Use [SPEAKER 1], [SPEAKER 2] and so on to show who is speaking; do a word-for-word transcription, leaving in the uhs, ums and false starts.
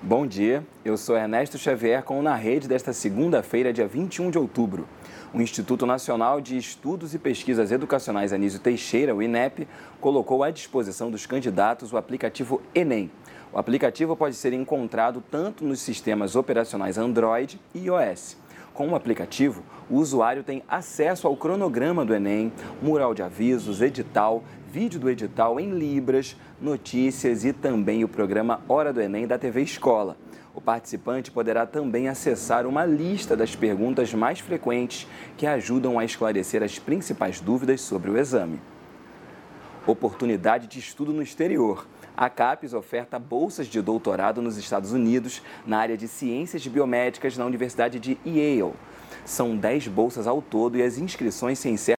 [SPEAKER 1] Bom dia, eu sou Ernesto Xavier com o Na Rede desta segunda-feira, dia vinte e um de outubro. O Instituto Nacional de Estudos e Pesquisas Educacionais Anísio Teixeira, o INEP, colocou à disposição dos candidatos o aplicativo Enem. O aplicativo pode ser encontrado tanto nos sistemas operacionais Android e iOS. Com o aplicativo, o usuário tem acesso ao cronograma do Enem, mural de avisos, edital, vídeo do edital em libras, notícias e também o programa Hora do Enem da T V Escola. O participante poderá também acessar uma lista das perguntas mais frequentes que ajudam a esclarecer as principais dúvidas sobre o exame. Oportunidade de estudo no exterior. A CAPES oferta bolsas de doutorado nos Estados Unidos na área de ciências biomédicas na Universidade de Yale. São dez bolsas ao todo e as inscrições se encerram